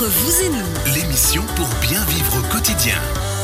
Entre vous et nous, l'émission pour bien vivre au quotidien.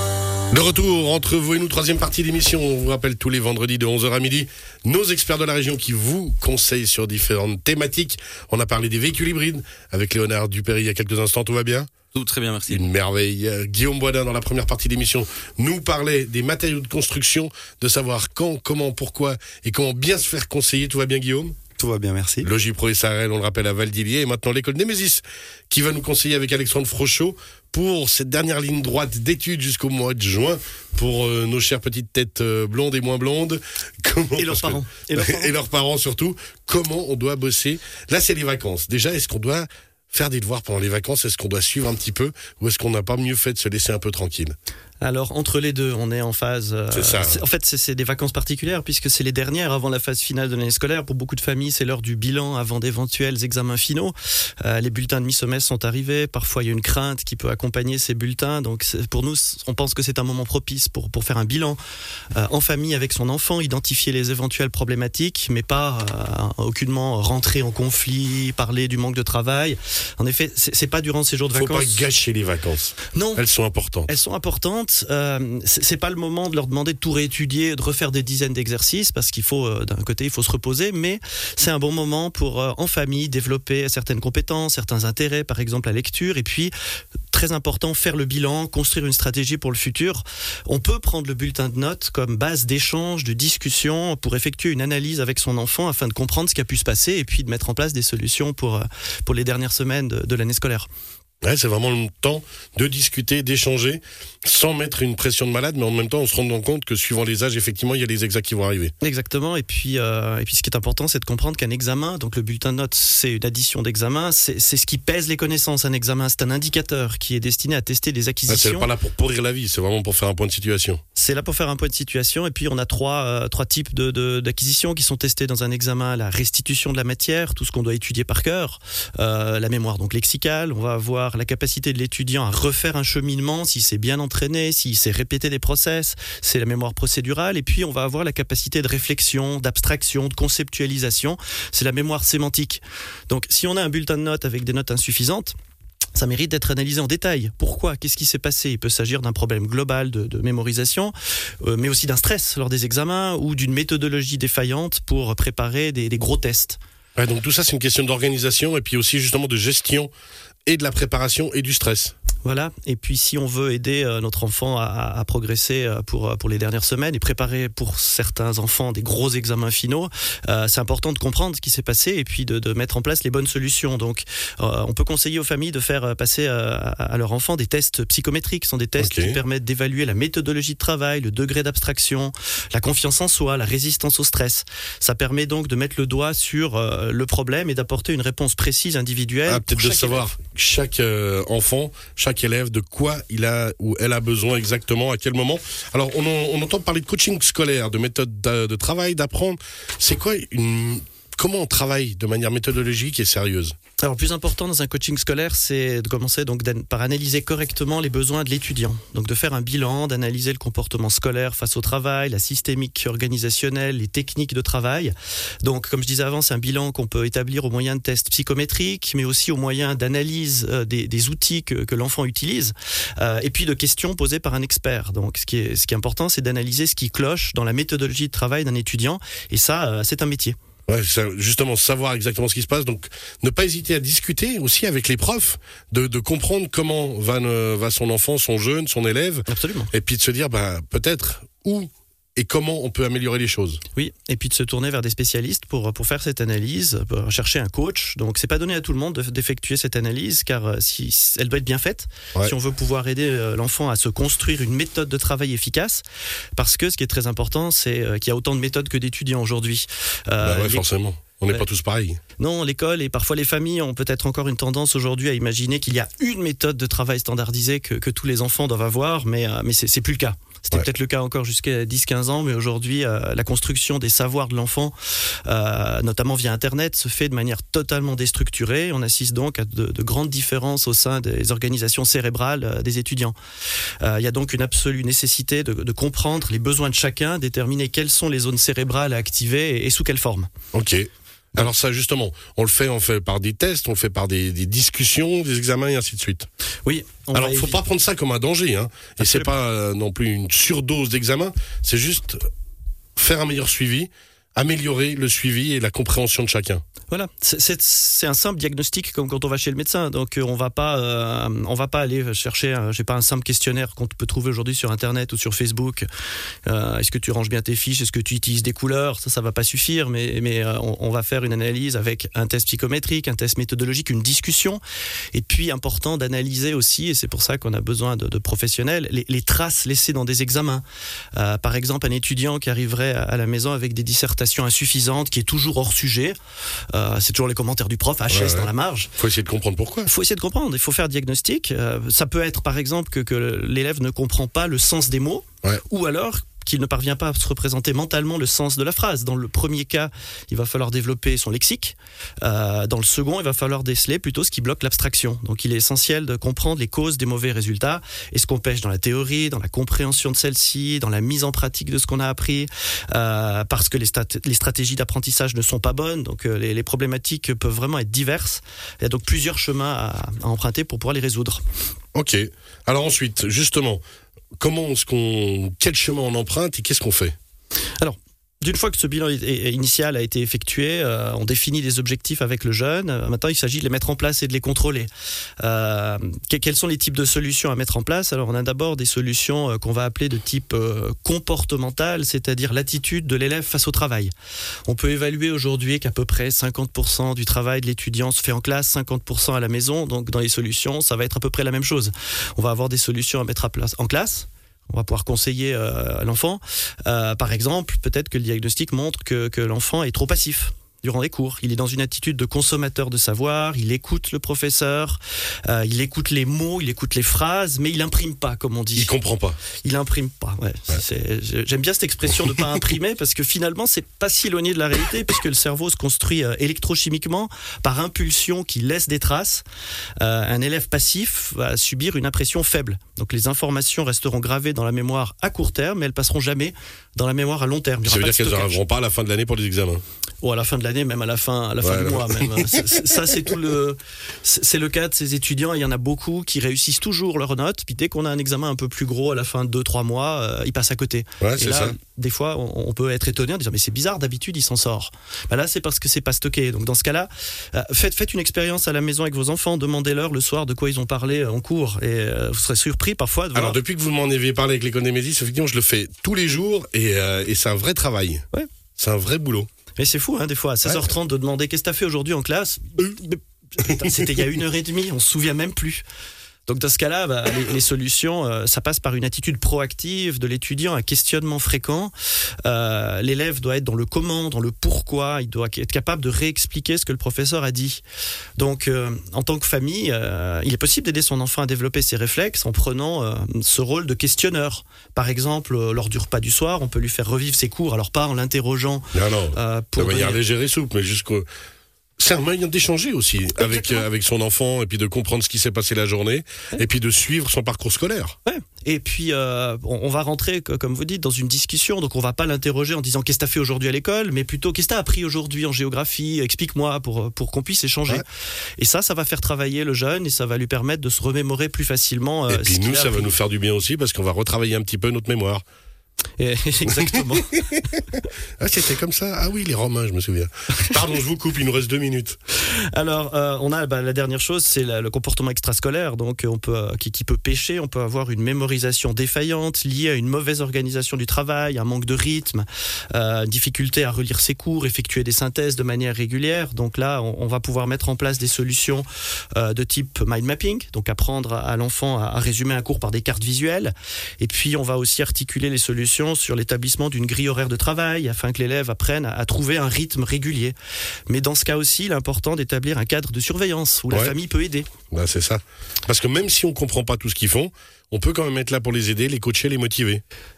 De retour entre vous et nous, troisième partie d'émission. On vous rappelle tous les vendredis de 11h à midi, nos experts de la région qui vous conseillent sur différentes thématiques. On a parlé des véhicules hybrides avec Léonard Dupéry il y a quelques instants, tout va bien ? Tout très bien, merci. Une merveille. Guillaume Boisdin, dans la première partie d'émission, nous parlait des matériaux de construction, de savoir quand, comment, pourquoi et comment bien se faire conseiller. Tout va bien, Guillaume ? Tout va bien, merci. Logipro et Sarel, on le rappelle, à Valdilier. Et maintenant, l'école Némésis, qui va nous conseiller avec Alexandre Frochot pour cette dernière ligne droite d'études jusqu'au mois de juin pour nos chères petites têtes blondes et moins blondes. Et leurs parents. Et leurs parents surtout. Comment on doit bosser. Là, c'est les vacances. Déjà, est-ce qu'on doit faire des devoirs pendant les vacances? Est-ce qu'on doit suivre un petit peu? Ou est-ce qu'on n'a pas mieux fait de se laisser un peu tranquille? Alors, entre les deux, on est en phase... C'est ça. En fait, c'est des vacances particulières puisque c'est les dernières avant la phase finale de l'année scolaire. Pour beaucoup de familles, c'est l'heure du bilan avant d'éventuels examens finaux. Les bulletins de mi-semestre sont arrivés. Parfois, il y a une crainte qui peut accompagner ces bulletins. Donc, pour nous, on pense que c'est un moment propice pour faire un bilan en famille avec son enfant, identifier les éventuelles problématiques, mais pas aucunement rentrer en conflit, parler du manque de travail. En effet, c'est pas durant ces jours de vacances... Faut pas gâcher les vacances. Non. Elles sont importantes. Elles sont importantes. C'est pas le moment de leur demander de tout réétudier, de refaire des dizaines d'exercices parce qu'il faut, d'un côté, il faut se reposer, mais c'est un bon moment pour, en famille, développer certaines compétences, certains intérêts, par exemple la lecture, et puis, très important, faire le bilan, construire une stratégie pour le futur. On peut prendre le bulletin de notes comme base d'échange, de discussion pour effectuer une analyse avec son enfant afin de comprendre ce qui a pu se passer et puis de mettre en place des solutions pour les dernières semaines de l'année scolaire. Ouais, c'est vraiment le temps de discuter, d'échanger, sans mettre une pression de malade, mais en même temps, on se rend compte que suivant les âges, effectivement, il y a des examens qui vont arriver. Exactement. Et puis, ce qui est important, c'est de comprendre qu'un examen, donc le bulletin de notes, c'est une addition d'examens, c'est ce qui pèse les connaissances. Un examen, c'est un indicateur qui est destiné à tester des acquisitions. C'est pas là pour pourrir la vie, c'est vraiment pour faire un point de situation. C'est là pour faire un point de situation. Et puis, on a trois types d'acquisitions qui sont testées dans un examen. La restitution de la matière, tout ce qu'on doit étudier par cœur, la mémoire donc lexicale. On va avoir la capacité de l'étudiant à refaire un cheminement, s'il s'est bien entraîné, s'il s'est répété des process, c'est la mémoire procédurale. Et puis, on va avoir la capacité de réflexion, d'abstraction, de conceptualisation, c'est la mémoire sémantique. Donc, si on a un bulletin de notes avec des notes insuffisantes, ça mérite d'être analysé en détail. Pourquoi ? Qu'est-ce qui s'est passé ? Il peut s'agir d'un problème global de mémorisation, mais aussi d'un stress lors des examens ou d'une méthodologie défaillante pour préparer des gros tests. Ouais, donc tout ça, c'est une question d'organisation et puis aussi justement de gestion et de la préparation et du stress. Voilà, et puis si on veut aider notre enfant à progresser pour les dernières semaines et préparer pour certains enfants des gros examens finaux, c'est important de comprendre ce qui s'est passé et puis de mettre en place les bonnes solutions. Donc on peut conseiller aux familles de faire passer à leur enfant des tests psychométriques. Ce sont des tests qui permettent d'évaluer la méthodologie de travail, le degré d'abstraction, la confiance en soi, la résistance au stress. Ça permet donc de mettre le doigt sur le problème et d'apporter une réponse précise, individuelle. Peut-être de savoir chaque enfant, chaque élève, de quoi il a ou elle a besoin exactement, à quel moment. Alors, on entend parler de coaching scolaire, de méthode de travail, d'apprendre. C'est quoi comment on travaille de manière méthodologique et sérieuse ? Alors, le plus important dans un coaching scolaire, c'est de commencer donc par analyser correctement les besoins de l'étudiant. Donc, de faire un bilan, d'analyser le comportement scolaire face au travail, la systémique organisationnelle, les techniques de travail. Donc, comme je disais avant, c'est un bilan qu'on peut établir au moyen de tests psychométriques, mais aussi au moyen d'analyse des outils que l'enfant utilise, et puis de questions posées par un expert. Donc, ce qui est important, c'est d'analyser ce qui cloche dans la méthodologie de travail d'un étudiant. Et ça, c'est un métier. Ouais, justement, savoir exactement ce qui se passe. Donc, ne pas hésiter à discuter aussi avec les profs, de comprendre comment va son enfant, son jeune, son élève. Absolument. Et puis de se dire, peut-être où et comment on peut améliorer les choses. Oui, et puis de se tourner vers des spécialistes pour faire cette analyse, pour chercher un coach. Donc, c'est pas donné à tout le monde d'effectuer cette analyse, car elle doit être bien faite. Ouais. Si on veut pouvoir aider l'enfant à se construire une méthode de travail efficace, parce que ce qui est très important, c'est qu'il y a autant de méthodes que d'étudiants aujourd'hui. Forcément. On n'est pas tous pareils. Non, l'école et parfois les familles ont peut-être encore une tendance aujourd'hui à imaginer qu'il y a une méthode de travail standardisée que tous les enfants doivent avoir, mais c'est plus le cas. C'était peut-être le cas encore jusqu'à 10-15 ans, mais aujourd'hui, la construction des savoirs de l'enfant, notamment via Internet, se fait de manière totalement déstructurée. On assiste donc à de grandes différences au sein des organisations cérébrales des étudiants. Il y a donc une absolue nécessité de comprendre les besoins de chacun, déterminer quelles sont les zones cérébrales à activer et sous quelle forme. Ok. Alors ça, justement, on le fait par des tests, on le fait par des discussions, des examens et ainsi de suite. Oui. Alors, faut pas prendre ça comme un danger, hein. Et c'est pas non plus une surdose d'examen. C'est juste faire un meilleur suivi, améliorer le suivi et la compréhension de chacun. Voilà, c'est un simple diagnostic comme quand on va chez le médecin. Donc on va pas aller chercher, j'ai pas un simple questionnaire qu'on peut trouver aujourd'hui sur Internet ou sur Facebook. Est-ce que tu ranges bien tes fiches? Est-ce que tu utilises des couleurs? Ça va pas suffire. Mais on va faire une analyse avec un test psychométrique, un test méthodologique, une discussion. Et puis important d'analyser aussi, et c'est pour ça qu'on a besoin de professionnels, les traces laissées dans des examens. Par exemple, un étudiant qui arriverait à la maison avec des dissertations insuffisantes, qui est toujours hors sujet. C'est toujours les commentaires du prof, HS dans la marge. Faut essayer de comprendre pourquoi. Faut essayer de comprendre, il faut faire diagnostic. Ça peut être par exemple que l'élève ne comprend pas le sens des mots, ou alors qu'il ne parvient pas à se représenter mentalement le sens de la phrase. Dans le premier cas, il va falloir développer son lexique. Dans le second, il va falloir déceler plutôt ce qui bloque l'abstraction. Donc il est essentiel de comprendre les causes des mauvais résultats et ce qu'on pêche dans la théorie, dans la compréhension de celle-ci, dans la mise en pratique de ce qu'on a appris, parce que les stratégies d'apprentissage ne sont pas bonnes. Donc les problématiques peuvent vraiment être diverses. Il y a donc plusieurs chemins à emprunter pour pouvoir les résoudre. Ok. Alors ensuite, justement, quel chemin on emprunte et qu'est-ce qu'on fait? Alors, d'une fois que ce bilan initial a été effectué, on définit des objectifs avec le jeune. Maintenant, il s'agit de les mettre en place et de les contrôler. Quels sont les types de solutions à mettre en place? Alors, on a d'abord des solutions qu'on va appeler de type comportemental, c'est-à-dire l'attitude de l'élève face au travail. On peut évaluer aujourd'hui qu'à peu près 50% du travail de l'étudiant se fait en classe, 50% à la maison. Donc, dans les solutions, ça va être à peu près la même chose. On va avoir des solutions à mettre en classe. On va pouvoir conseiller à l'enfant. Par exemple, peut-être que le diagnostic montre que l'enfant est trop passif durant les cours. Il est dans une attitude de consommateur de savoir, il écoute le professeur, il écoute les mots, il écoute les phrases, mais il imprime pas, comme on dit. Il comprend pas. Il imprime pas, ouais. J'aime bien cette expression de pas imprimer, parce que finalement, c'est pas si éloigné de la réalité, puisque le cerveau se construit électrochimiquement par impulsion qui laisse des traces. Un élève passif va subir une impression faible. Donc les informations resteront gravées dans la mémoire à court terme, mais elles passeront jamais dans la mémoire à long terme. Ça veut dire qu'elles n'arriveront pas à la fin de l'année pour les examens? Ou à la fin de l'année, même à la fin du mois. Même. Ça, c'est le cas de ces étudiants. Il y en a beaucoup qui réussissent toujours leurs notes. Puis dès qu'on a un examen un peu plus gros à la fin de 2-3 mois, ils passent à côté. Ouais, et c'est là, ça. Des fois, on peut être étonné en disant mais c'est bizarre, d'habitude il s'en sort. Là, c'est parce que c'est pas stocké. Donc dans ce cas-là, faites une expérience à la maison avec vos enfants. Demandez-leur le soir de quoi ils ont parlé en cours. Et vous serez surpris parfois de voir. Alors depuis que vous m'en avez parlé avec l'école des Médis, effectivement, je le fais tous les jours et c'est un vrai travail. Ouais. C'est un vrai boulot. Mais c'est fou, des fois, à 16h30, de demander qu'est-ce que t'as fait aujourd'hui en classe. C'était il y a 1h30, on se souvient même plus. Donc dans ce cas-là, les solutions, ça passe par une attitude proactive de l'étudiant, un questionnement fréquent. L'élève doit être dans le comment, dans le pourquoi. Il doit être capable de réexpliquer ce que le professeur a dit. Donc en tant que famille, il est possible d'aider son enfant à développer ses réflexes en prenant ce rôle de questionneur. Par exemple, lors du repas du soir, on peut lui faire revivre ses cours. Alors pas en l'interrogeant. Non, de manière légère et souple, mais jusqu'au... C'est un moyen d'échanger aussi avec son enfant et puis de comprendre ce qui s'est passé la journée et puis de suivre son parcours scolaire. Ouais. Et puis on va rentrer, comme vous dites, dans une discussion. Donc on va pas l'interroger en disant qu'est-ce que t'as fait aujourd'hui à l'école, mais plutôt qu'est-ce que t'as appris aujourd'hui en géographie, explique-moi pour qu'on puisse échanger. Ouais. Et ça va faire travailler le jeune et ça va lui permettre de se remémorer plus facilement. Et puis nous, ça va nous faire du bien aussi parce qu'on va retravailler un petit peu notre mémoire. Exactement. C'était comme ça. Ah oui, les Romains, je me souviens. Pardon, je vous coupe, il nous reste 2 minutes. Alors, on a la dernière chose, c'est le comportement extrascolaire. Donc, qui peut pêcher. On peut avoir une mémorisation défaillante liée à une mauvaise organisation du travail, un manque de rythme, une difficulté à relire ses cours, effectuer des synthèses de manière régulière. Donc là, on va pouvoir mettre en place des solutions de type mind mapping, donc apprendre à l'enfant à résumer un cours par des cartes visuelles. Et puis, on va aussi articuler les solutions sur l'établissement d'une grille horaire de travail afin que l'élève apprenne à trouver un rythme régulier. Mais dans ce cas aussi, il est important d'établir un cadre de surveillance où la famille peut aider. C'est ça. Parce que même si on ne comprend pas tout ce qu'ils font, on peut quand même être là pour les aider, les coacher, les motiver.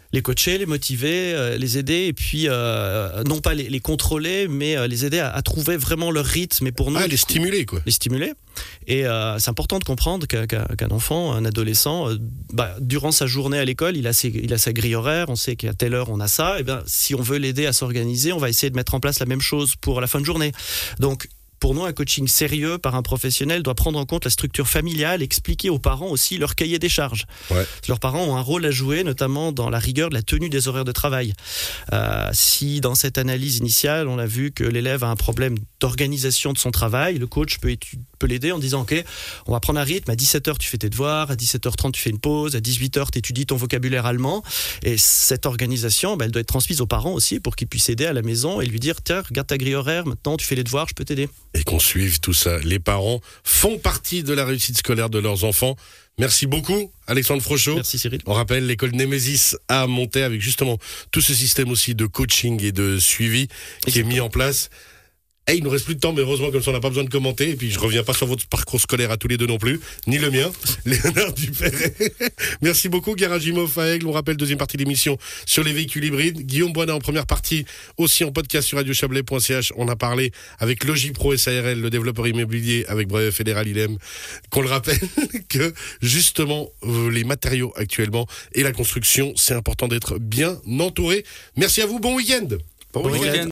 Les coacher, les motiver, les aider, et puis non pas les contrôler, mais les aider à trouver vraiment leur rythme. Et pour nous, les stimuler, quoi. Les stimuler. Et c'est important de comprendre qu'un enfant, un adolescent, durant sa journée à l'école, il a sa grille horaire, on sait qu'à telle heure on a ça. Et bien, si on veut l'aider à s'organiser, on va essayer de mettre en place la même chose pour la fin de journée. Donc, pour nous, un coaching sérieux par un professionnel doit prendre en compte la structure familiale, expliquer aux parents aussi leur cahier des charges. Ouais. Leurs parents ont un rôle à jouer, notamment dans la rigueur de la tenue des horaires de travail. Si dans cette analyse initiale, on a vu que l'élève a un problème d'organisation de son travail, le coach peut l'aider en disant « Ok, on va prendre un rythme, à 17h tu fais tes devoirs, à 17h30 tu fais une pause, à 18h tu étudies ton vocabulaire allemand. » Et cette organisation, elle doit être transmise aux parents aussi pour qu'ils puissent aider à la maison et lui dire « Tiens, regarde ta grille horaire, maintenant tu fais les devoirs, je peux t'aider. » Et qu'on suive tout ça. Les parents font partie de la réussite scolaire de leurs enfants. Merci beaucoup, Alexandre Frochot. Merci Cyril. On rappelle l'école Némésis à Monter avec justement tout ce système aussi de coaching et de suivi qui est mis en place. Et il nous reste plus de temps, mais heureusement, comme ça, on n'a pas besoin de commenter. Et puis, je reviens pas sur votre parcours scolaire à tous les deux non plus, ni le mien. Léonard Dupéret. Merci beaucoup, Garage Imhoff à Aigle. On rappelle, deuxième partie de l'émission sur les véhicules hybrides. Guillaume Boisnat en première partie, aussi en podcast sur radiochablais.ch. On a parlé avec Logipro SARL, le développeur immobilier avec Brevet Fédéral ILM, qu'on le rappelle que, justement, les matériaux actuellement et la construction, c'est important d'être bien entouré. Merci à vous, bon week-end. Bon week-end.